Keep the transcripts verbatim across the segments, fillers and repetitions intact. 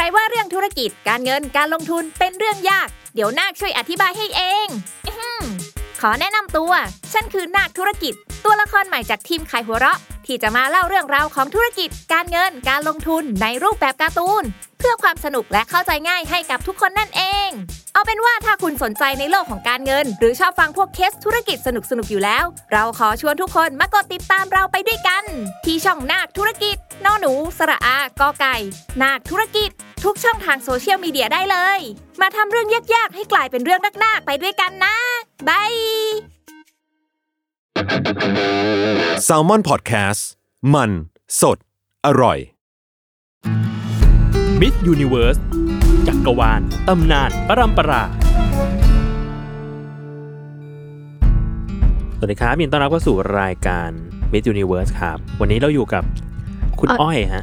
ว่าเรื่องธุรกิจการเงินการลงทุนเป็นเรื่องยากเดี๋ยวนาคช่วยอธิบายให้เองขอแนะนำตัวฉันคือนาคธุรกิจตัวละครใหม่จากทีมขายหัวเราะที่จะมาเล่าเรื่องราวของธุรกิจการเงินการลงทุนในรูปแบบการ์ตูนเพื่อความสนุกและเข้าใจง่ายให้กับทุกคนนั่นเองเอาเป็นว่าถ้าคุณสนใจในโลกของการเงินหรือชอบฟังพวกเคสธุรกิจสนุกๆอยู่แล้วเราขอชวนทุกคนมากดติดตามเราไปด้วยกันที่ช่องนาคธุรกิจนอหนูสระอากอไก่นาคธุรกิจทุกช่องทางโซเชียลมีเดียได้เลยมาทำเรื่องยากๆให้กลายเป็นเรื่องน่าๆไปด้วยกันนะบาย Salmon Podcast มันสดอร่อย Miss Universe จักรวาลตำนานปรัมปราสวัสดีครับยินดีต้อนรับเข้าสู่รายการ Miss Universe ครับวันนี้เราอยู่กับคุณอ้อยฮะ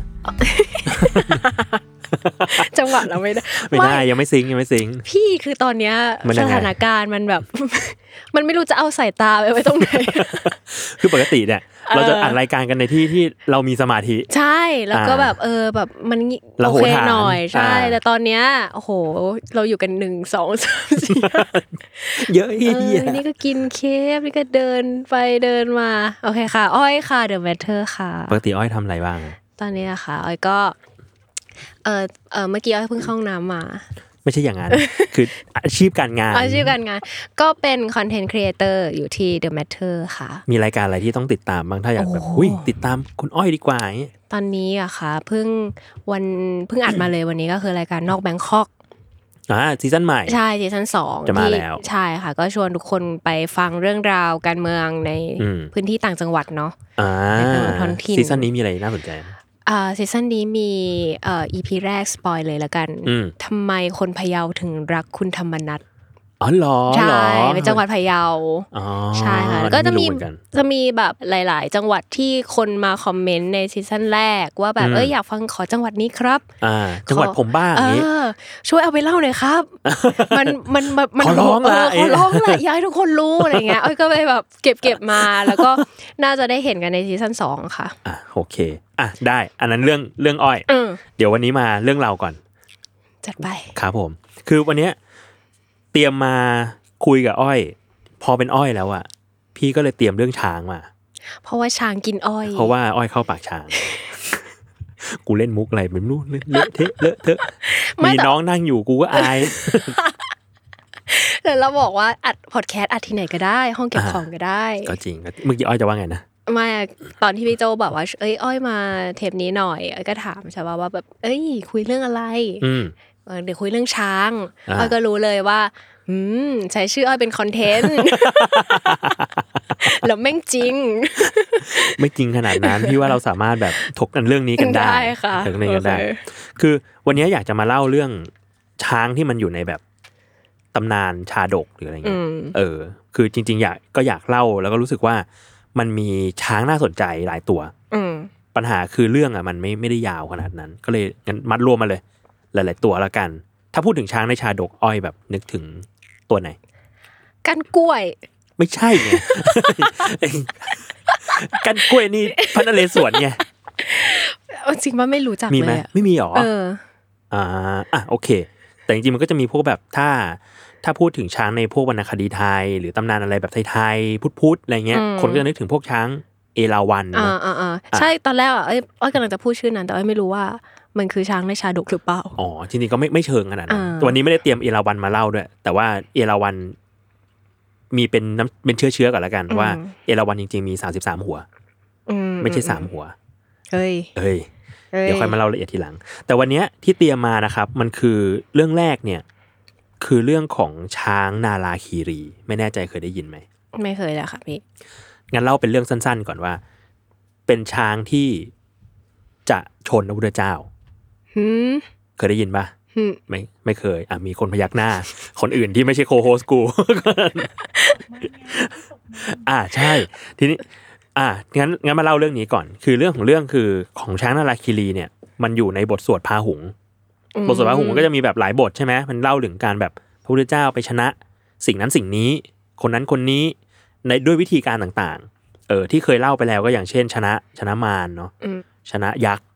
จังหวะเราไม่ได้ไม่ได้ยังไม่ซิงยังไม่ซิงพี่คือตอนเนี้ยสถานการณ์มันแบบ มันไม่รู้จะเอาสายตาไปไว้ตรงไหนคือปกติเนี่ยเราจะอัดรายการกันในที่ที่เรามีสมาธิใช่แล้วก็แบบเออแบบมันโอเคหน่อยใช่แต่ตอนเนี้ยโอ้โหเราอยู่กันหนึ่ง สอง สาม สี่เยอะอีกนี่ก็กินเคฟนี่ก็เดินไปเดินมาโอเคค่ะอ้อยค่ะ The Matter ค่ะปกติอ้อยทำอะไรบ้างตอนนี้นะคะอ้อยก็เออเออเมื่อกี้อ้อยเพิ่งเข้าห้องน้ำมาไม่ใช่อย่างนั้น คืออาชีพการงานอาชีพการงานก็เป็นคอนเทนต์ครีเอเตอร์อยู่ที่ The Matter ค่ะมีรายการอะไรที่ต้องติดตามบ้างถ้าอยากแบบอุ้ยติดตามคุณอ้อยดีกว่าอย่างงี้ตอนนี้อะค่ะเพิ่งวันเพิ่งอัดมาเลยวันนี้ก็คือรายการนอกแบงคอกอ่าซีซั่นใหม่ใช่ซีซั่นสองจะมาแล้วใช่ค่ะก็ชวนทุกคนไปฟังเรื่องราวการเมืองในพื้นที่ต่างจังหวัดเนาะอ่าซีซั่นนี้มีอะไรน่าสนใจอ่าซีซั่นนี้มีเอ่อ อี พี แรกสปอยเลยละกันทำไมคนพะเยาถึงรักคุณธรรมนัสอ๋อเหรอใช่เป็นจังหวัดพะเยาอ๋อใช่ค่ะแล้วก็จะมีจะมีแบบหลายๆจังหวัดที่คนมาคอมเมนต์ในซีซั่นแรกว่าแบบเอ้ยอยากฟังขอจังหวัดนี้ครับอ่าจังหวัดผมบ้างนี้ช่วยเอาไปเล่าหน่อยครับมันมันมันขอร้องละขอร้องละอยากให้ทุกคนรู้อะไรเงี้ยอ้อยก็ไปแบบเก็บเก็บมาแล้วก็น่าจะได้เห็นกันในซีซั่นสองค่ะอ่ะโอเคอ่ะได้อันนั้นเรื่องเรื่องอ้อยเดี๋ยววันนี้มาเรื่องเราก่อนจัดไปครับผมคือวันนี้เตรียมมาคุยกับอ้อยพอเป็นอ้อยแล้วอ่ะพี่ก็เลยเตรียมเรื่องช้างมาเพราะว่าช้างกินอ้อยเพราะว่าอ้อยเข้าปากช้าง กูเล่นมุกอะไรไม่รู้เลอะเทอะเลอะเทอะมีน้องนั่งอยู่กูก็อายแต่เราบอกว่าอัดพอดแคสต์อัดที่ไหนก็ได้ห้องเก็บของก็ได้ก็จริงเมื่อกี้อ้อยจะว่าไงนะไม่ตอนที่พี่โจบอกว่าเอ้ยอ้อยมาเทปนี้หน่อยอ้อยก็ถามใช่ป่ะว่าแบบเอ้ยคุยเรื่องอะไรเดี๋ยวคุยเรื่องช้างอ้อยก็รู้เลยว่าอืมใช้ชื่ออ้อยเป็นคอนเทนต์แล้วแม่งจริงไม่จริงขนาดนั้นพี่ว่าเราสามารถแบบถกกันเรื่องนี้กันได้ถกกันกันได้คือวันนี้อยากจะมาเล่าเรื่องช้างที่มันอยู่ในแบบตำนานชาดกหรืออะไรเงี้ยเออคือจริงๆอยากก็อยากเล่าแล้วก็รู้สึกว่ามันมีช้างน่าสนใจหลายตัวปัญหาคือเรื่องอ่ะมันไม่ไม่ได้ยาวขนาดนั้นก็เลยงั้นมัดรวมมาเลยหลายๆตัวละกันถ้าพูดถึงช้างในชาดกอ้อยแบบนึกถึงตัวไหนกันกล้วยไม่ใช่ไง กันกล้วยนี่พระนเรศวรไงจริงว่าไม่รู้จักเลยมีไหมไม่มีหรอเอออ่าอ่ะโอเคแต่จริงๆมันก็จะมีพวกแบบถ้าถ้าพูดถึงช้างในพวกวรรณคดีไทยหรือตำนานอะไรแบบไทยๆพุทธๆอะไรเงี้ยคนก็จะนึกถึงพวกช้างเอราวัณอ่าอ่าใช่ตอนแรกอ่ะเอ้ยอ้อยกำลังจะพูดชื่อนั้นแต่อ้อยไม่รู้ว่ามันคือช้างในชาดกหรือเปล่าอ๋อจริงๆก็ไม่ไม่เชิงขนาดนั้นวันนี้ไม่ได้เตรียมเอราวัณมาเล่าด้วยแต่ว่าเอราวัณมีเป็นน้ำเป็นเชื้อๆก่อนละกันว่าเอราวัณจริงๆมีสามสิบสามหัวไม่ใช่สามหัวเฮ้ยเฮ้ยเดี๋ยวค่อยมาเล่าละเอียดทีหลังแต่วันนี้ที่เตรียมมานะครับมันคือเรื่องแรกเนี่ยคือเรื่องของช้างนาราคีรีไม่แน่ใจเคยได้ยินไหมไม่เคยเลยค่ะพี่งั้นเล่าเป็นเรื่องสั้นๆก่อนว่าเป็นช้างที่จะชนพระพุทธเจ้าเคยได้ยินป่ะไม่ไม่เคยอ่ะมีคนพยักหน้าคนอื่นที่ไม่ใช่โคโฮสกูอ่าใช่ทีนี้อ่ะงั้นงั้นมาเล่าเรื่องนี้ก่อนคือเรื่องของเรื่องคือของช้างนาราคีรีเนี่ยมันอยู่ในบทสวดพาหุงบทสวดพาหุงมันก็จะมีแบบหลายบทใช่ไหมมันเล่าถึงการแบบพระพุทธเจ้าไปชนะสิ่งนั้นสิ่งนี้คนนั้นคนนี้ในด้วยวิธีการต่างๆเออที่เคยเล่าไปแล้วก็อย่างเช่นชนะชนะมารเนาะชนะยักษ์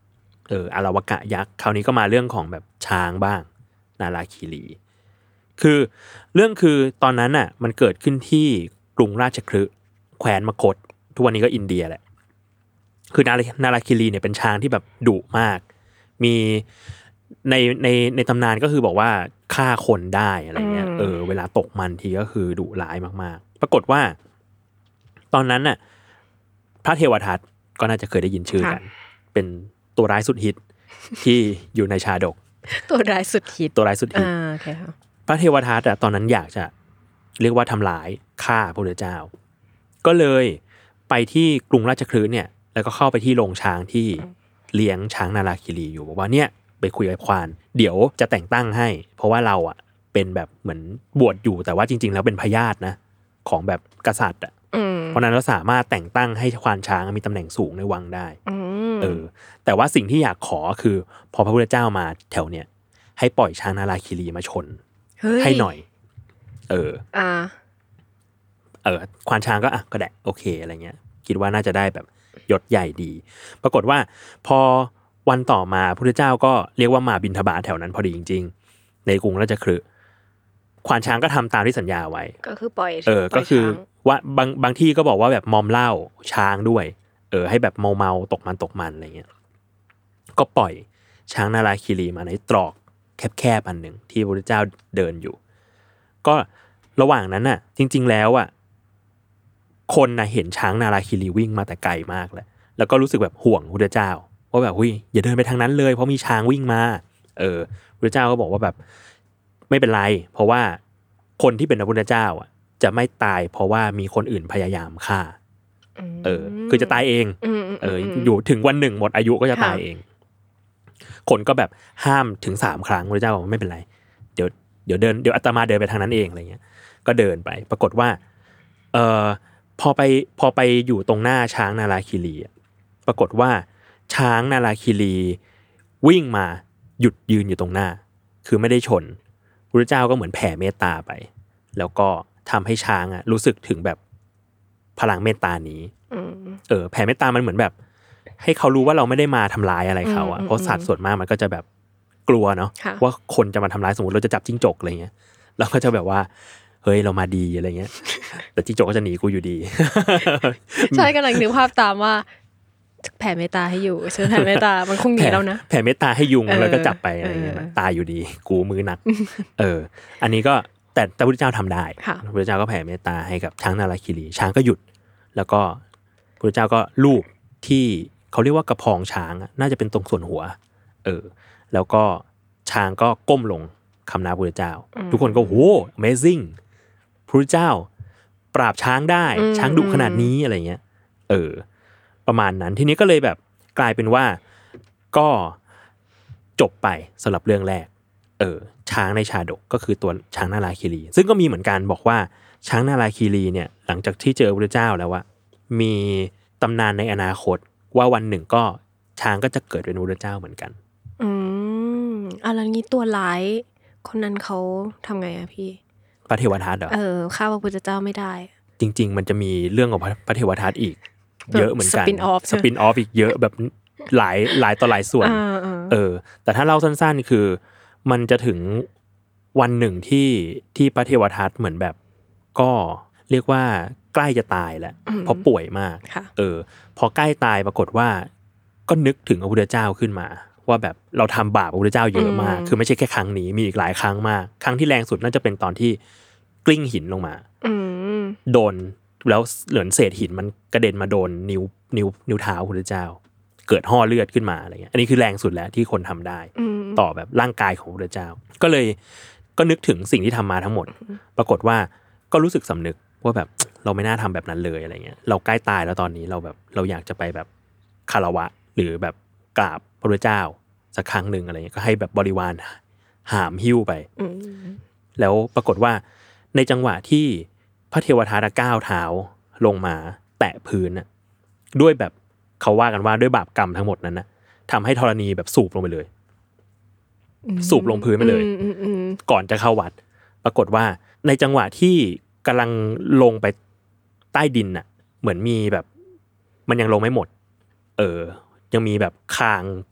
เอออารวกะยักษ์คราวนี้ก็มาเรื่องของแบบช้างบ้างนาราคีรีคือเรื่องคือตอนนั้นน่ะมันเกิดขึ้นที่กรุงราชคฤห์แคว้นมคธทุกวันนี้ก็อินเดียแหละคือนารานาราคีรีเนี่ยเป็นช้างที่แบบดุมากมีในในในตำนานก็คือบอกว่าฆ่าคนได้อะไรเงี้ยเออเวลาตกมันทีก็คือดุร้ายมากๆปรากฏว่าตอนนั้นน่ะพระเทวทัตก็น่าจะเคยได้ยินชื่อกันเป็นตัวร้ายสุดฮิตที่อยู่ในชาดกตัวร้ายสุดฮิตตัวร้ายสุดฮิตอ่าโอเคครับพระเทวทัตอ่ะตอนนั้นอยากจะเรียกว่าทำลายฆ่าพระพุทธเจ้าก็เลยไปที่กรุงราชคฤห์เนี่ยแล้วก็เข้าไปที่โรงช้างที่เลี้ยงช้างนาราคีรีอยู่บอกว่าเนี่ยไปคุยกับควานเดี๋ยวจะแต่งตั้งให้เพราะว่าเราอ่ะเป็นแบบเหมือนบวชอยู่แต่ว่าจริงๆแล้วเป็นพญาตินะของแบบกษัตริย์อ่ะเพราะนั้นเราสามารถแต่งตั้งให้ควานช้างมีตำแหน่งสูงในวังได้เออแต่ว่าสิ่งที่อยากขอคือพอพระพุทธเจ้ามาแถวเนี้ยให้ปล่อยช้างนาราคีรีมาชนให้หน่อยเอออ่าเออควานช้างก็อ่ะก็ได้โอเคอะไรเงี้ยคิดว่าน่าจะได้แบบยศใหญ่ดีปรากฏว่าพอวันต่อมาพระพุทธเจ้าก็เรียกว่ามาบิณฑบาตแถวนั้นพอดีจริงๆในกรุงราชคฤห์ควานช้างก็ทำตามที่สัญญาไว้ก็คือปล่อยเออก็คือว่าบางบางที่ก็บอกว่าแบบมอมเหล้าช้างด้วยเออให้แบบเมาเมาตกมันตกมันอะไรเงี้ยก็ปล่อยช้างนาราคีรีมาในตรอกแคบๆอันหนึ่งที่พระพุทธเจ้าเดินอยู่ก็ระหว่างนั้นน่ะจริงๆแล้วอ่ะคนน่ะเห็นช้างนาราคีรีวิ่งมาแต่ไกลมากแล้วแล้วก็รู้สึกแบบห่วงพระพุทธเจ้าว่าแบบหุ้ยอย่าเดินไปทางนั้นเลยเพราะมีช้างวิ่งมาเออพระพุทธเจ้าก็บอกว่าแบบไม่เป็นไรเพราะว่าคนที่เป็นพระพุทธเจ้าอ่ะจะไม่ตายเพราะว่ามีคนอื่นพยายามฆ่าเออคือจะตายเองเอออยู่ถึงวันหนึ่งหมดอายุก็จะตายเองคนก็แบบห้ามถึงสามครั้งพระเจ้าบอกว่าไม่เป็นไรเดี๋ยวเดี๋ยวเดินเดี๋ยวอาตมาเดินไปทางนั้นเองอะไรเงี้ยก็เดินไปปรากฏว่าเอ่อพอไปพอไปอยู่ตรงหน้าช้างนาราคีรีปรากฏว่าช้างนาราคีรีวิ่งมาหยุดยืนอยู่ตรงหน้าคือไม่ได้ชนพระเจ้าก็เหมือนแผ่เมตตาไปแล้วก็ทำให้ช้างอ่ะรู้สึกถึงแบบพลังเมตตานี้เออแผ่เมตตามันเหมือนแบบให้เขารู้ว่าเราไม่ได้มาทำร้ายอะไรเขาอ่ะเพราะสัตว์ส่วนมากมันก็จะแบบกลัวเนาะว่าคนจะมาทำร้ายสมมติเราจะจับจิ้งจกอะไรเงี้ยเราก็จะแบบว่าเฮ้ยเรามาดีอะไรเงี้ยแต่จิ้งจกก็จะหนีกูอยู่ดีใช่กำลังนึกภาพตามว่าแผ่เมตตาให้อยู่เชิญแผ่เมตตามันคงหนีแล้วนะแผ่เมตตาให้ยุงแล้วก็จับไปอะไรเงี้ยตายอยู่ดีกูมือหนักเอออันนี้ก็แต่พระพุทธเจ้าทำได้พระพุทธเจ้าก็แผ่เมตตาให้กับช้างนาราคีรีช้างก็หยุดแล้วก็พระพุทธเจ้าก็ลูบที่เขาเรียกว่ากระพองช้างน่าจะเป็นตรงส่วนหัวเออแล้วก็ช้างก็ก้มลงคำนับพระพุทธเจ้าทุกคนก็โห amazing พระพุทธเจ้าปราบช้างได้ช้างดุขนาดนี้อะไรเงี้ยเออประมาณนั้นทีนี้ก็เลยแบบกลายเป็นว่าก็จบไปสำหรับเรื่องแรกเออช้างในชาดกก็คือตัวช้างนาราคีรีซึ่งก็มีเหมือนกันบอกว่าช้างนาราคีรีเนี่ยหลังจากที่เจอพระพุทธเจ้าแล้วว่ามีตำนานในอนาคตว่าวันหนึ่งก็ช้างก็จะเกิดเป็นพระพุทธเจ้าเหมือนกันอืมอะไรงี้ตัวร้ายคนนั้นเขาทำไงอะพี่พระเทวทัตเหรอเออฆ่าพระพุทธเจ้าไม่ได้จริงๆมันจะมีเรื่องของพระเทวทัตอีกเยอะเหมือนกันสปินออฟสปินออฟอีกเยอะแบบหลายหลายต่อหลายส่วนเออแต่ถ้าเล่าสั้นๆคือมันจะถึงวันหนึ่งที่ที่พระเทวทัตเหมือนแบบก็เรียกว่าใกล้จะตายแล้วเพราะป่วยมากเออพอใกล้ตายปรากฏว่าก็นึกถึงพระพุทธเจ้าขึ้นมาว่าแบบเราทำบาปพระพุทธเจ้าเยอะมากคือไม่ใช่แค่ครั้งนี้มีอีกหลายครั้งมากครั้งที่แรงสุดน่าจะเป็นตอนที่กลิ้งหินลงมาโดนแล้วเหลือเศษหินมันกระเด็นมาโดนนิ้วนิ้วนิ้วเท้าพระพุทธเจ้าเกิดห่อเลือดขึ้นมาอะไรเงี้ยอันนี้คือแรงสุดแล้วที่คนทำได้ต่อแบบร่างกายของพระพุทธเจ้าก็เลยก็นึกถึงสิ่งที่ทำมาทั้งหมดปรากฏว่าก็รู้สึกสำนึกว่าแบบเราไม่น่าทำแบบนั้นเลยอะไรเงี้ยเราใกล้ตายแล้วตอนนี้เราแบบเราอยากจะไปแบบคารวะหรือแบบกราบพระพุทธเจ้าสักครั้งนึงอะไรเงี้ยก็ให้แบบบริวารหามหิ้วไปแล้วปรากฏว่าในจังหวะที่พระเทวทัตก้าวเท้าลงมาแตะพื้นน่ะด้วยแบบเขาว่ากันว่าด้วยบาปกรรมทั้งหมดนั้นน่ะทำให้ธรณีแบบสูบลงไปเลยสูบลงพื้นไปเลยก่อนจะเข้าวัดปรากฏว่าในจังหวะที่กำลังลงไปใต้ดินน่ะเหมือนมีแบบมันยังลงไม่หมดเออยังมีแบบคาง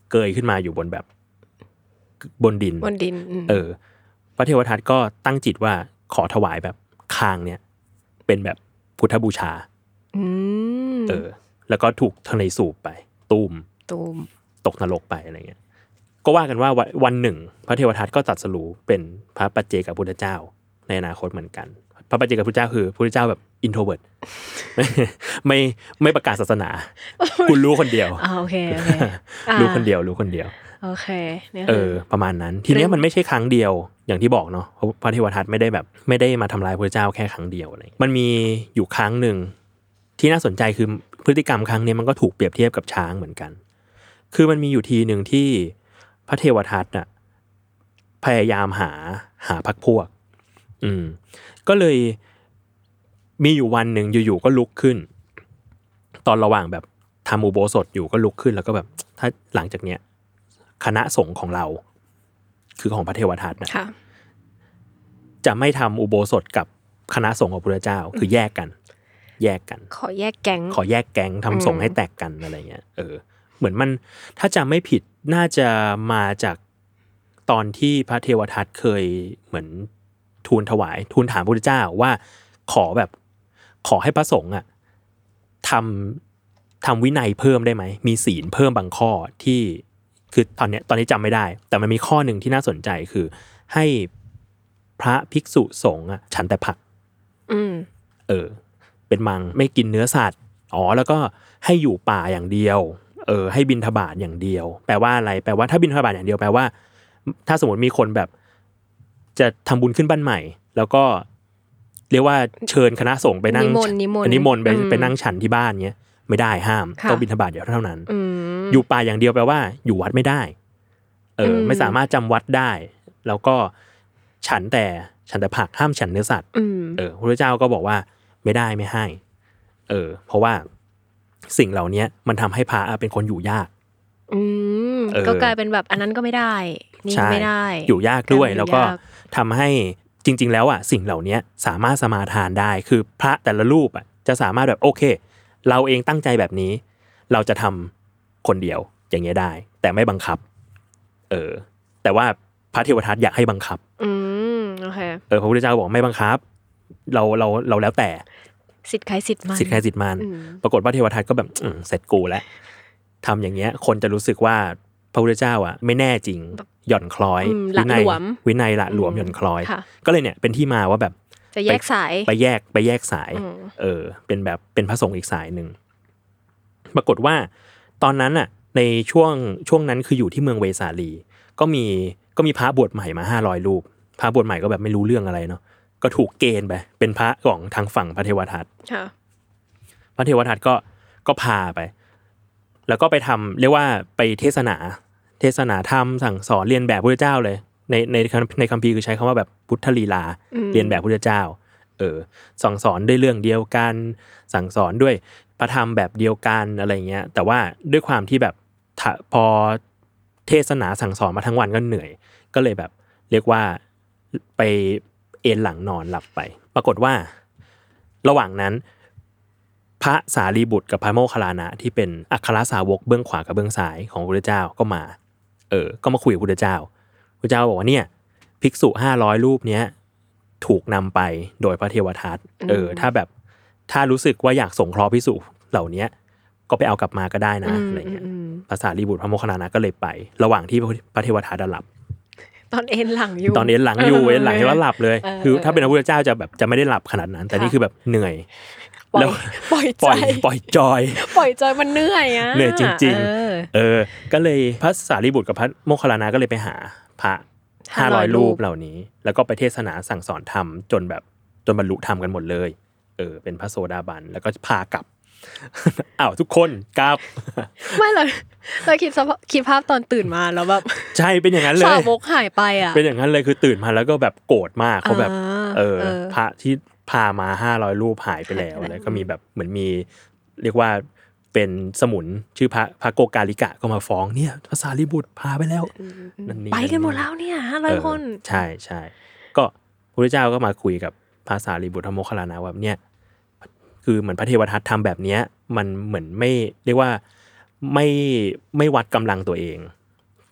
เกยขึ้นมาอยู่บนแบบบนดินบนดินเออพระเทวทัตก็ตั้งจิตว่าขอถวายแบบคางเนี่ยเป็นแบบพุทธบูชาเออแล้วก็ถูกทะเลสูบไปตูมตูมตกนรกไปอะไรเงี้ยก็ว่ากันว่าวันหนึ่งพระเทวทัตก็ตรัสรู้เป็นพระปัจเจกพุทธเจ้าในอนาคตเหมือนกันพระปัจเจกพุทธเจ้าคือพุทธเจ้าแบบอินโทรเวิร์ตไม่ไม่ประกาศศาสนาคุณรู้คนเดียวอ่าโอเคโอเครู้คนเดียวรู้คนเดียวโอเคเออประมาณนั้นทีนี้มันไม่ใช่ครั้งเดียวอย่างที่บอกเนาะพระเทวทัตไม่ได้แบบไม่ได้มาทำลายพระเจ้าแค่ครั้งเดียวอะไรมันมีอยู่ครั้งหนึ่งที่น่าสนใจคือพฤติกรรมครั้งนี้มันก็ถูกเปรียบเทียบกับช้างเหมือนกันคือมันมีอยู่ทีหนึ่งที่พระเทวทัตน่ะพยายามหาหาพรรคพวกอืมก็เลยมีอยู่วันหนึ่งอยู่ๆก็ลุกขึ้นตอนระหว่างแบบทำอุโบสถอยู่ก็ลุกขึ้นแล้วก็แบบถ้าหลังจากเนี้ยคณะสงฆ์ของเราคือของพระเทวทัตนะจะไม่ทำอุโบสถกับคณะสงฆ์ของพระพุทธเจ้าคือแยกกันแยกกันขอแยกแก๊งขอแยกแก๊งทำสงฆ์ให้แตกกันอะไรเงี้ยเออเหมือนมันถ้าจำไม่ผิดน่าจะมาจากตอนที่พระเทวทัตเคยเหมือนทูลถวายทูลถามพระพุทธเจ้าว่าขอแบบขอให้พระสงฆ์อ่ะทำทำวินัยเพิ่มได้ไหมมีศีลเพิ่มบางข้อที่คือตอนนี้ตอนนี้จำไม่ได้แต่มันมีข้อหนึ่งที่น่าสนใจคือให้พระภิกษุสงฆ์อ่ะฉันแต่ผักอืมเออเป็นมังไม่กินเนื้อสัตว์อ๋อแล้วก็ให้อยู่ป่าอย่างเดียวเออให้บิณฑบาตอย่างเดียวแปลว่าอะไรแปลว่าถ้าบิณฑบาตอย่างเดียวแปลว่าถ้าสมมติมีคนแบบจะทำบุญขึ้นบ้านใหม่แล้วก็เรียกว่าเชิญคณะสงฆ์ไปนั่งนิมนต์นิมนต์ไปไปนั่งฉันที่บ้านเงี้ยไม่ได้ห้ามต้องบิณฑบาตเท่านั้นอยู่ป่าอย่างเดียวแปลว่าอยู่วัดไม่ได้เออไม่สามารถจำวัดได้แล้วก็ฉันแต่ฉันแต่ผักห้ามฉันเนื้อสัตว์เออพระพุทธเจ้าก็บอกว่าไม่ได้ไม่ให้เออเพราะว่าสิ่งเหล่านี้มันทำให้พระเป็นคนอยู่ยากอืมก็กลายเป็นแบบอันนั้นก็ไม่ได้นี่ไม่ได้อยู่ยากด้วยแล้วก็ทำให้จริงๆแล้วอ่ะสิ่งเหล่านี้สามารถสมาทานได้คือพระแต่ละรูปอ่ะจะสามารถแบบโอเคเราเองตั้งใจแบบนี้เราจะทำคนเดียวอย่างเงี้ยได้แต่ไม่บังคับเออแต่ว่าพระเทวทัตอยากให้บังคับอืมโอเคเออพระพุทธเจ้าบอกไม่บังคับเราเราเราแล้วแต่สิทธิ์ใครสิทธิ์มันสิทธิ์ใครสิทธิ์มันปรากฏว่าเทวทัตก็แบบเสร็จกูแล้วทำอย่างเงี้ยคนจะรู้สึกว่าพระพุทธเจ้าอ่ะไม่แน่จริงหย่อนคล้อยวินัยวินัยละหลวมหย่อนคล้อยก็เลยเนี่ยเป็นที่มาว่าแบบจะแยกสายไปแยกไปแยกสายเออเป็นแบบเป็นพระสงฆ์อีกสายนึงปรากฏว่าตอนนั้นอ่ะในช่วงช่วงนั้นคืออยู่ที่เมืองเวสาลีก็มีก็มีพระบวชใหม่มาห้าร้อยรูปพระบวชใหม่ก็แบบไม่รู้เรื่องอะไรเนาะก็ถูกเกณฑ์ไปเป็นพระของทางฝั่งพระเทวทัตพระเทวทัตก็ก็พาไปแล้วก็ไปทำเรียกว่าไปเทศนาเทศนาธรรมสั่งสอนเรียนแบบพระพุทธเจ้าเลยในในในคัมภีร์คือใช้คำว่าแบบพุทธลีลาเรียนแบบพระพุทธเจ้าเออสั่งสอนด้วยเรื่องเดียวกันสั่งสอนด้วยพระธรรมแบบเดียวกันอะไรเงี้ยแต่ว่าด้วยความที่แบบพอเทศนาสั่งสอนมาทั้งวันก็เหนื่อยก็เลยแบบเรียกว่าไปเอนหลังนอนหลับไปปรากฏว่าระหว่างนั้นพระสารีบุตรกับพระโมคคัลลานะที่เป็นอัครสาวกเบื้องขวากับเบื้องซ้ายของพระพุทธเจ้าก็มาเออก็มาคุยกับพระพุทธเจ้าพระเจ้าบอกว่าเนี่ยภิกษุห้าร้อยรูปเนี้ยถูกนำไปโดยพระเทวทัตเออถ้าแบบถ้ารู้สึกว่าอยากสงเคราะห์ภิกษุเหล่านี้ก็ไปเอากลับมาก็ได้นะอะไรเงี้ยพระสารีบุตรพระโมคคัลลานะก็เลยไประหว่างที่พระเทวทัตหลับตอนเอ็นหลังอยู่ตอนเอ็นหลังอยู่เอ็นหลังแล้วหลับเลยคือถ้าเป็นพระพุทธเจ้าจะแบบจะไม่ได้หลับขนาดนั้นแต่นี่คือแบบเหนื่อยแล้วปล่อยใจปล่อยจอยปล่อยจอยมันเหนื่อยอ่ะเหนื่อยจริงๆเออก็เลยพระสารีบุตรกับพระโมคคัลลานะก็เลยไปหาพระห้าร้อยรูปเหล่านี้แล้วก็ไปเทศนาสั่งสอนธรรมจนแบบจนบรรลุธรรมกันหมดเลยเออเป็นพระโสดาบันแล้วก็พากลับอ้าวทุกคนกลับไม่เลยเราคิดคิดภาพตอนตื่นมาแล้วแบบใช่เป็นอย่างนั้นเลยสาวกหายไปอ่ะเป็นอย่างนั้นเลยคือตื่นมาแล้วก็แบบโกรธมากเขาแบบเออพระที่พามาห้าร้อยรูปหายไปแล้วแล้วก็มีแบบเหมือนมีเรียกว่าเป็นสมุนชื่อพระพระโกกาลิกะก็มาฟ้องเนี่ยพระสารีบุตรพาไปแล้วนั่นนี่ไปกันหมดแล้วเนี่ยห้าร้อยคนใช่ๆก็พระพุทธเจ้าก็มาคุยกับพระสารีบุตรพระโมคคัลลานะว่าเนี่ยคือเหมือนพระเทวทัตทำแบบนี้มันเหมือนไม่เรียกว่าไม่ไม่วัดกำลังตัวเอง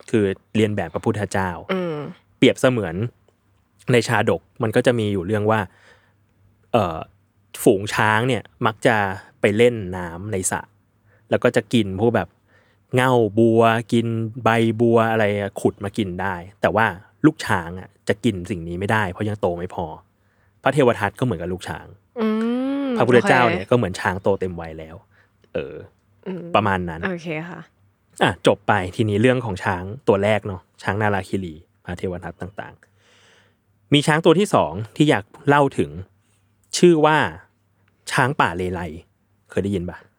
คือเรียนแบบพระพุทธเจ้าเปรียบเสมือนในชาดกมันก็จะมีอยู่เรื่องว่าเอ่อฝูงช้างเนี่ยมักจะไปเล่นน้ำในสระแล้วก็จะกินพวกแบบเง่าบัวกินใบบัวอะไรขุดมากินได้แต่ว่าลูกช้างอ่ะจะกินสิ่งนี้ไม่ได้เพราะยังโตไม่พอพระเทวทัตก็เหมือนกับลูกช้างพระพุทธเจ้าเนี่ยก็เหมือนช้างโตเต็มวัยแล้วเออประมาณนั้นโอเคค่ะอ่ะจบไปทีนี้เรื่องของช้างตัวแรกเนาะช้างนาราคิรีพระเทวทัตต่างๆมีช้างตัวที่สองที่อยากเล่าถึงชื่อว่าช้างป่าเลไลเคยได้ยินป่ะ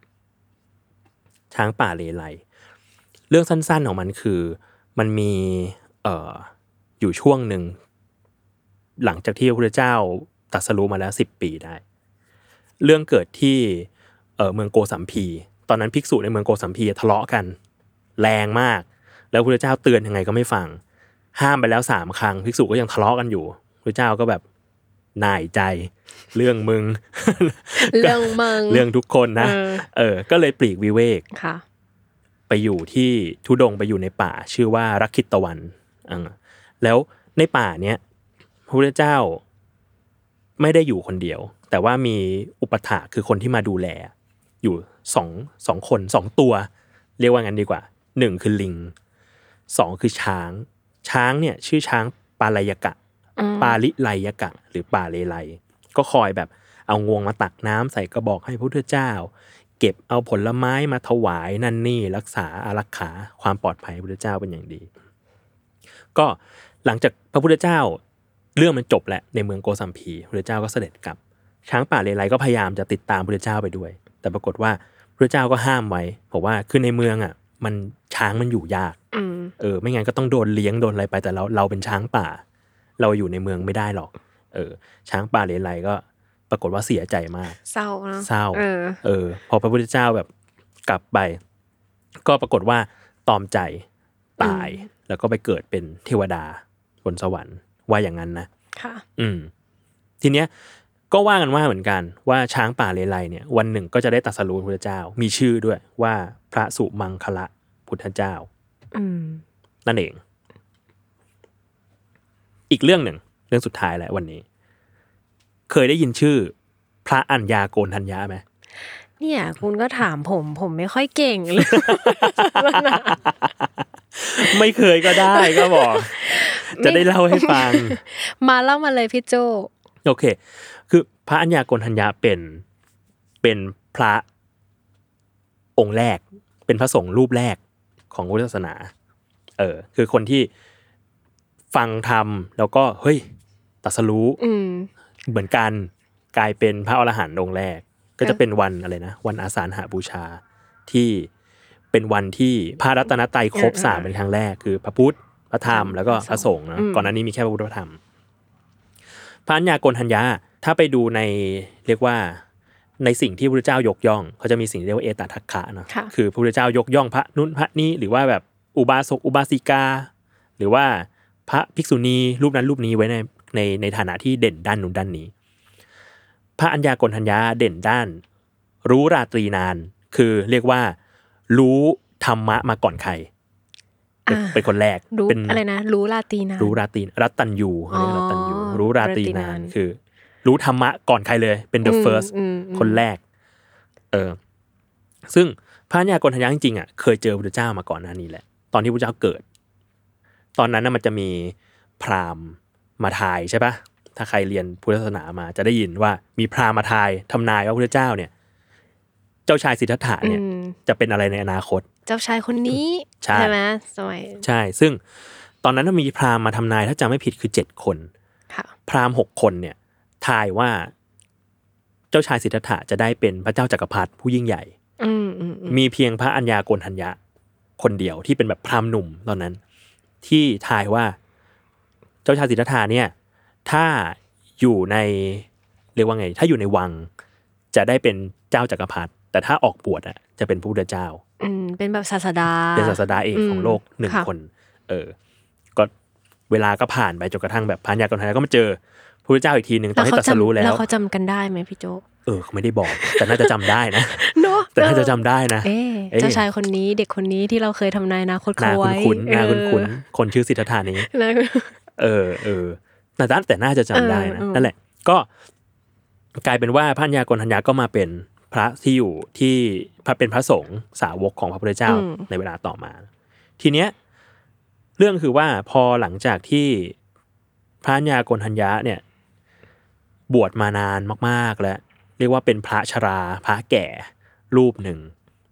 ช้างป่าเลไลเรื่องสั้นๆของมันคือมันมีเอ่ออยู่ช่วงหนึ่งหลังจากที่พระพุทธเจ้าตรัสรู้มาแล้วสิบปีได้เรื่องเกิดที่เอ่อเมืองโกสัมพีตอนนั้นภิกษุในเมืองโกสัมพีทะเลาะกันแรงมากแล้วพระพุทธเจ้าเตือนยังไงก็ไม่ฟังห้ามไปแล้วสามครั้งภิกษุก็ยังทะเลาะกันอยู่พระเจ้าก็แบบหน่ายใจเรื่องมึงเรื่องมึงเรื่องทุกคนนะเออก็เลยปลีกวิเวกค่ะไปอยู่ที่ธุดงค์ไปอยู่ในป่าชื่อว่ารักขิตวันอ่าแล้วในป่าเนี้ยพระพุทธเจ้าไม่ได้อยู่คนเดียวแต่ว่ามีอุปถากคือคนที่มาดูแลอยู่สองสองคนสองตัวเรียกว่างั้นดีกว่าหนึ่งคือลิงสองคือช้างช้างเนี่ยชื่อช้างปาลายกะปาลิไลยกะหรือปาเลไลก็คอยแบบเอางวงมาตักน้ำใส่กระบอกให้พระพุทธเจ้าเก็บเอาผลไม้มาถวายนั่นนี่รักษาอารักขาความปลอดภัยพระพุทธเจ้าเป็นอย่างดีก็หลังจากพระพุทธเจ้าเรื่องมันจบแหละในเมืองโกสัมพีพระพุทธเจ้าก็เสด็จกลับช้างป่าเลไลก็พยายามจะติดตามพระพุทธเจ้าไปด้วยแต่ปรากฏว่าพระพุทธเจ้าก็ห้ามไว้บอกว่าคือในเมืองอ่ะมันช้างมันอยู่ยากเออไม่งั้นก็ต้องโดนเลี้ยงโดนอะไรไปแต่เราเราเป็นช้างป่าเราอยู่ในเมืองไม่ได้หรอกเออช้างป่าเลไลก็ปรากฏว่าเสียใจมากเศร้าเนาะเศร้าเออเออพอพระพุทธเจ้าแบบกลับไปก็ปรากฏว่าตอมใจตายแล้วก็ไปเกิดเป็นเทวดาบนสวรรค์ว่าอย่างนั้นนะค่ะอืมทีเนี้ยก็ว่ากันว่าเหมือนกันว่าช้างป่าเลไลเนี่ยวันหนึ่งก็จะได้ตรัสรู้พระพุทธเจ้ามีชื่อด้วยว่าพระสุมังคละพุทธเจ้าอืมนั่นเองอีกเรื่องหนึ่งเรื่องสุดท้ายแหละวันนี้เคยได้ยินชื่อพระอัญญาโกณทัญญะไหมเนี่ยคุณก็ถามผมผมไม่ค่อยเก่งเลยไม่เคยก็ได้ก็บอกจะได้เล่าให้ฟังมาเล่ามาเลยพี่โจโอเคคือพระอัญญาโกณทัญญะเป็นเป็นพระองค์แรกเป็นพระสงฆ์รูปแรกของพุทธศาสนาเออคือคนที่ฟังธรรมแล้วก็เฮ้ยตรัสรู้เหมือนกันกลายเป็นพระอรหันต์องค์แรกก็จะเป็นวันอะไรนะวันอาสาฬหบูชาที่เป็นวันที่พระรัตนตรัยครบสามเป็นครั้งแรกคือพระพุทธพระธรรมแล้วก็พระสงฆ์นะก่อนหน้านี้มีแค่พระพุทธพระธรรมพระอัญญาโกณทัญญะถ้าไปดูในเรียกว่าในสิ่งที่พระพุทธเจ้ายกย่องเขาจะมีสิ่งเรียกว่าเอตทัคคะเนาะคือพระพุทธเจ้ายกย่องพระนุ่นพระนี้หรือว่าแบบอุบาสกอุบาสิกาหรือว่าพระภิกษุณีรูปนั้นรูปนี้ไว้ในในในฐานะที่เด่นด้านนู้นด้านนี้พระอัญญาโกณทัญญะเด่นด้านรู้ราตรีนานคือเรียกว่ารู้ธรรมะมาก่อนใครเป็นคนแรกเป็นอะไรนะรู้ราตรีนานรู้ราตรีรัตตัญญูเขาเรียกรัตตัญญูรู้ราตรีนานคือรู้ธรรมะก่อนใครเลยเป็น the first คนแรกเออซึ่งพระอัญญาโกณทัญญะจริงๆอ่ะเคยเจอพระพุทธเจ้ามาก่อนหน้านี้แหละตอนที่พระพุทธเจ้าเกิดตอนนั้นน่ะมันจะมีพราหมณ์มาทายใช่ปะถ้าใครเรียนพุทธศาสนามาจะได้ยินว่ามีพราหมณ์มาทายทำนายว่าพระพุทธเจ้าเนี่ยเจ้าชายสิทธัตถะเนี่ยจะเป็นอะไรในอนาคตเจ้าชายคนนี้ใช่ไหมสมัยใช่ซึ่งตอนนั้นมีพราหมณ์มาทำนายถ้าจำไม่ผิดคือเจ็ดคนพราหมณ์หกคนเนี่ยทายว่าเจ้าชายสิทธัตถะจะได้เป็นพระเจ้าจักรพรรดิผู้ยิ่งใหญ่มีเพียงพระอัญญาโกณทัญญะคนเดียวที่เป็นแบบพราหมณ์หนุ่มตอนนั้นที่ทายว่าเจ้าชายสิทธัตถะเนี่ยถ้าอยู่ในเรียกว่าไงถ้าอยู่ในวังจะได้เป็นเจ้าจักรพรรดิแต่ถ้าออกบวชอ่ะจะเป็นพระพุทธเจ้าอืมเป็นแบบศาสดาเป็นศาสดาเอกของโลกหนึ่งคนเออก็เวลาก็ผ่านไปจนกระทั่งแบบพระอัญญาโกณทัญญะก็มาเจอพพุทธเจ้าอีกทีนึงตอนที่ตรัสรู้แล้วแล้วเขาจำกันได้ไหมพี่โจเออเขาไม่ได้บอกแต่น่าจะจำได้นะเนาะแต่น่าจะจำได้นะเอ๊ะเจ้าชายคนนี้เด็กคนนี้ที่เราเคยทำนายอนาคตเขาไว้น่าคุ้นๆคนชื่อสิทธัตถะนี้เออเออแต่แต่น่าจะจำได้นะนั่นแหละก็กลายเป็นว่าพระัญญาโกณฑัญญะก็มาเป็นพระที่อยู่ที่พระเป็นพระสงฆ์สาวกของพระพุทธเจ้าในเวลาต่อมาทีเนี้ยเรื่องคือว่าพอหลังจากที่พระัญญาโกณฑัญญะเนี่ยบวชมานานมากๆแล้วเรียกว่าเป็นพระชราพระแก่รูปหนึ่ง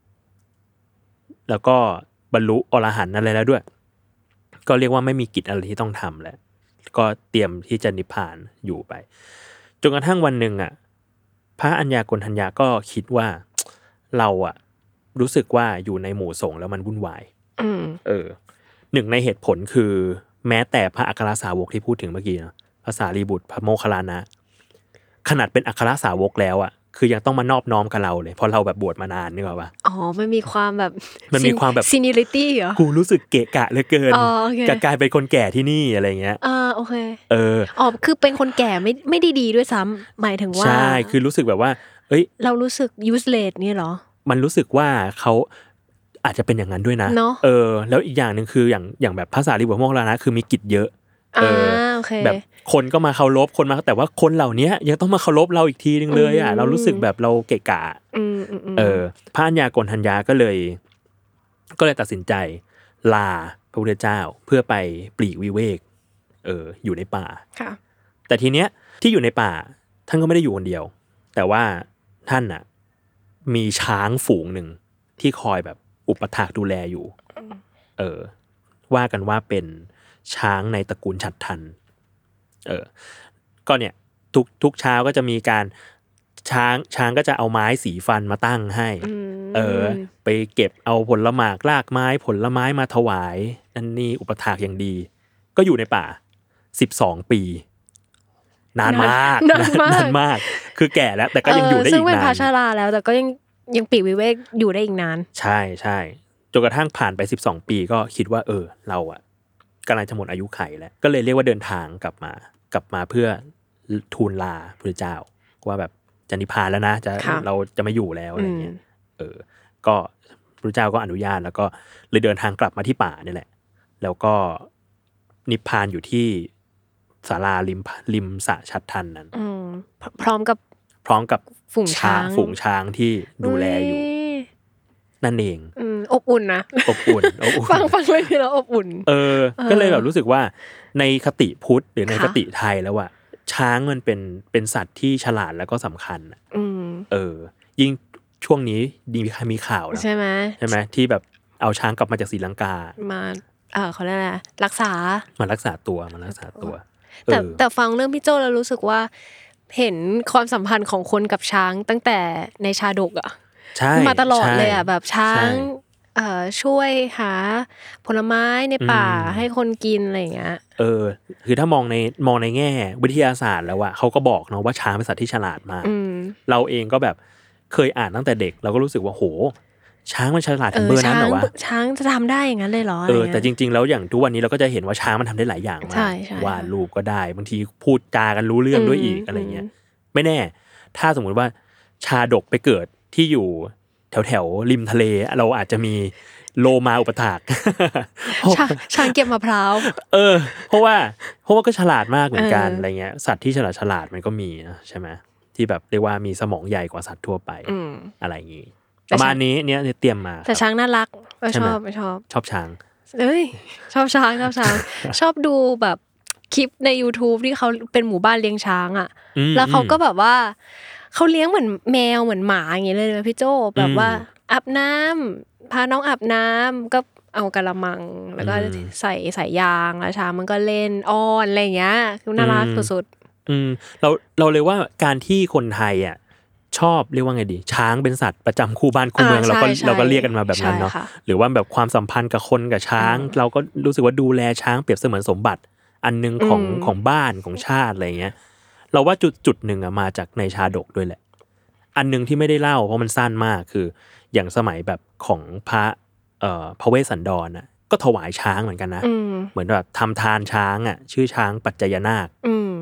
แล้วก็บรรลุอรหันต์อะไรแล้วด้วยก็เรียกว่าไม่มีกิจอะไรที่ต้องทำแล้วก็เตรียมที่จะนิพพานอยู่ไปจนกระทั่งวันหนึ่งอ่ะพระอัญญาโกณฑัญญะก็คิดว่าเราอ่ะรู้สึกว่าอยู่ในหมู่สงฆ์แล้วมันวุ่นวายเออหนึ่งในเหตุผลคือแม้แต่พระอัครสาวกที่พูดถึงเมื่อกี้นะพระสารีบุตรพระโมคคัลลานะขนาดเป็นอัครสาวกแล้วอ่ะคือยังต้องมานอบน้อมกับเราเลยเพราะเราแบบบวชมานานนึกออกป่ะอ๋อมันมีความแบบมันมีความแบบ seniority เหรอกูรู้สึกเกะกะเหลือเกินกับกลายเป็นคนแก่ที่นี่อะไรเงี้ยอ่าโอเคเอออ๋อคือเป็นคนแก่ไม่ไม่ได้ดีด้วยซ้ำหมายถึงว่าใช่คือรู้สึกแบบว่าเอ้ยเรารู้สึก useless นี่เหรอมันรู้สึกว่าเขาอาจจะเป็นอย่างนั้นด้วยนะเออแล้วอีกอย่างนึงคืออย่างอย่างแบบพระสารีบุตรโมคคัลลานะคือมีกิจเยอะเออแบบคนก็มาเคารพคนมาแต่ว่าคนเหล่านี้ยังต้องมาเคารพเราอีกทีนึงเลยอ่ะเรารู้สึกแบบเราเกะกะเออพระอัญญาโกณฑัญญะก็เลยก็เลยตัดสินใจลาพระพุทธเจ้าเพื่อไปปลีกวิเวกเอออยู่ในป่าแต่ทีเนี้ยที่อยู่ในป่าท่านก็ไม่ได้อยู่คนเดียวแต่ว่าท่านน่ะมีช้างฝูงหนึ่งที่คอยแบบอุปถากดูแลอยู่เออว่ากันว่าเป็นช้างในตระกูลฉัตรทันเออก็เนี่ยทุกทุกเช้าก็จะมีการช้างช้างก็จะเอาไม้สีฟันมาตั้งให้เออไปเก็บเอาผลหมากรากไม้ผลไม้มาถวายนั่นนี่อุปถากอย่างดีก็อยู่ในป่าสิบสองปีนานมากนานมากคือแก่แล้วแต่ก็ยังอยู่ได้อีกนานซึ่งเป็นพระชราแล้วแต่ก็ยังยังปีกวิเวกอยู่ได้อีกนานใช่ใช่จนกระทั่งผ่านไปสิบสองปีก็คิดว่าเออเราอะกำลังจะหมดอายุไขแล้วก็เลยเรียกว่าเดินทางกลับมากลับมาเพื่อทูลลาพระเจ้าว่าแบบจะนิพพานแล้วนะจะเราจะไม่อยู่แล้วอะไรเงี้ยเออก็พระเจ้าก็อนุญาตแล้วก็เลยเดินทางกลับมาที่ป่านี่แหละแล้วก็นิพพานอยู่ที่ศาลาริมริมสระฉัตรทันนั้นพร้อมกับพร้อมกับฝูงช้างฝูงช้างที่ดูแลอยู่นั่นเองอบอุ่นนะอบอุ่นฟังฟังเลยทีแล้วอบอุ่นเออก็เลยแบบรู้สึกว่าในคติพุทธหรือในคติไทยแล้วว่าช้างมันเป็นเป็นสัตว์ที่ฉลาดแล้วก็สำคัญเออยิ่งช่วงนี้ดีมีใครมีข่าวแล้วใช่ไหมใช่ไหมที่แบบเอาช้างกลับมาจากศรีลังกามาเออเขาเรียกอะไรรักษามารักษาตัวมารักษาตัวแต่แต่ฟังเรื่องพี่โจแล้วรู้สึกว่าเห็นความสัมพันธ์ของคนกับช้างตั้งแต่ในชาดกอ่ะมาตลอดเลยอ่ะแบบช้างเอ่อช่วยหาผลไม้ในป่าให้คนกินอะไรอย่างเงี้ยเออคือถ้ามองในมองในแง่วิทยาศาสตร์แล้วอ่ะเขาก็บอกเนาะว่าช้างเป็นสัตว์ที่ฉลาดมากเราเองก็แบบเคยอ่านตั้งแต่เด็กเราก็รู้สึกว่าโหช้างมันฉลาดถึงเบอร์นั้นเหรอวะช้างจะทำได้อย่างนั้นเลยเหรอเออแต่จริงๆแล้วอย่างทุกวันนี้เราก็จะเห็นว่าช้างมันทำได้หลายอย่างมากวาดรูปก็ได้บางทีพูดจากันรู้เรื่องด้วยอีกอะไรเงี้ยไม่แน่ถ้าสมมุติว่าชาดกไปเกิดที่อยู่แถวแถวริมทะเลเราอาจจะมีโลมาอุปถากช้างเก็บมะพร้าวเออเพราะว่าเพราะว่าก็ฉลาดมากเหมือนกันอะไรเงี้ยสัตว์ที่ฉลาดฉลาดมันก็มีนะใช่ไหมที่แบบเรียกว่ามีสมองใหญ่กว่าสัตว์ทั่วไปอะไรอย่างงี้ประมาณนี้เนี่ยเตรียมมาแต่ช้างน่ารักไม่ชอบไม่ชอบชอบช้างเอ้ยชอบช้างชอบช้างชอบดูแบบคลิปใน YouTube ที่เขาเป็นหมู่บ้านเลี้ยงช้างอ่ะแล้วเขาก็แบบว่าเขาเลี้ยงเหมือนแมวเหมือนหมาอย่างเงี้ยเลยนะพี่โจแบบว่าอาบน้ำพาน้องอาบน้ำก็เอากระมังแล้วก็ใส่ใส่ยางแล้วช้างมันก็เล่นอ้อนอะไรอย่างเงี้ยคือน่ารักสุดๆอืมเราเราเลยว่าการที่คนไทยอ่ะชอบเรียกว่าไงดีช้างเป็นสัตว์ประจำคู่บ้านคู่เมืองเราก็เราก็เรียกกันมาแบบนั้นเนาะหรือว่าแบบความสัมพันธ์กับคนกับช้างเราก็รู้สึกว่าดูแลช้างเปรียบเสมือนสมบัติอันนึงของของบ้านของชาติอะไรเงี้ยเราว่าจุดจุดหนึ่งอะมาจากในชาดกด้วยแหละอันนึงที่ไม่ได้เล่าเพราะมันสั้นมากคืออย่างสมัยแบบของพระเอ่อพระเวสสันดรน่ะก็ถวายช้างเหมือนกันนะเหมือนแบบทำทานช้างอ่ะชื่อช้างปัจจยนาค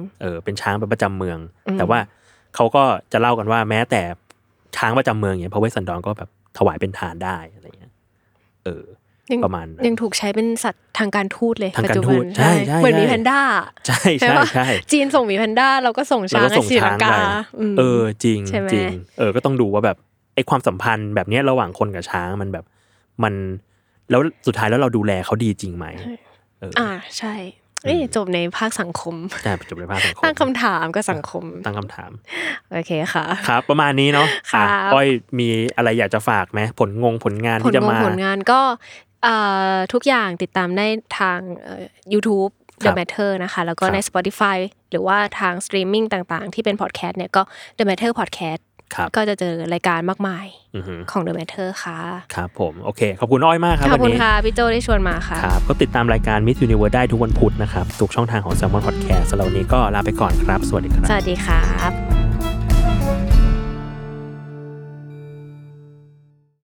เออเป็นช้างประจำเมืองแต่ว่าเขาก็จะเล่ากันว่าแม้แต่ช้างประจำเมืองอย่างพระเวสสันดรก็แบบถวายเป็นทานได้อะไรเงี้ยเออประมาณยังถูกใช้เป็นสัตว์ทางการทูตเลยทางการทูตใช่ใช่เหมือนมีแพนด้าใช่ใช่ใช่จีนส่งมีแพนด้าเราก็ส่งช้างให้ศรีลังกาเออจริงจริงเออก็ต้องดูว่าแบบไอ้ความสัมพันธ์แบบนี้ระหว่างคนกับช้างมันแบบมันแล้วสุดท้ายแล้วเราดูแลเขาดีจริงไหมเอออ่าใช่เอ้ยจบในภาคสังคมใช่จบในภาคสังคมตั้งคำถามกับสังคมตั้งคำถามโอเคค่ะครับประมาณนี้เนาะอ้อยมีอะไรอยากจะฝากไหมผลงงผลงานที่จะมาผลงานก็ทุกอย่างติดตามได้ทาง YouTube The Matter นะคะแล้วก็ใน Spotify หรือว่าทางสตรีมมิ่งต่างๆที่เป็นพอดแคสต์เนี่ยก็ The Matter Podcast ก็จะเจอรายการมากมายของ The Matter ค่ะครับผมโอเคขอบคุณอ้อยมากครับวันนี้ขอบคุณค่ะพี่โจได้ชวนมาค่ะครับก็ติดตามรายการ Miss Universe ได้ทุกวันพุธนะครับทุกช่องทางของ Salmon Podcast สำหรับวันนี้ก็ลาไปก่อนครับสวัสดีครับสวัสดีครับ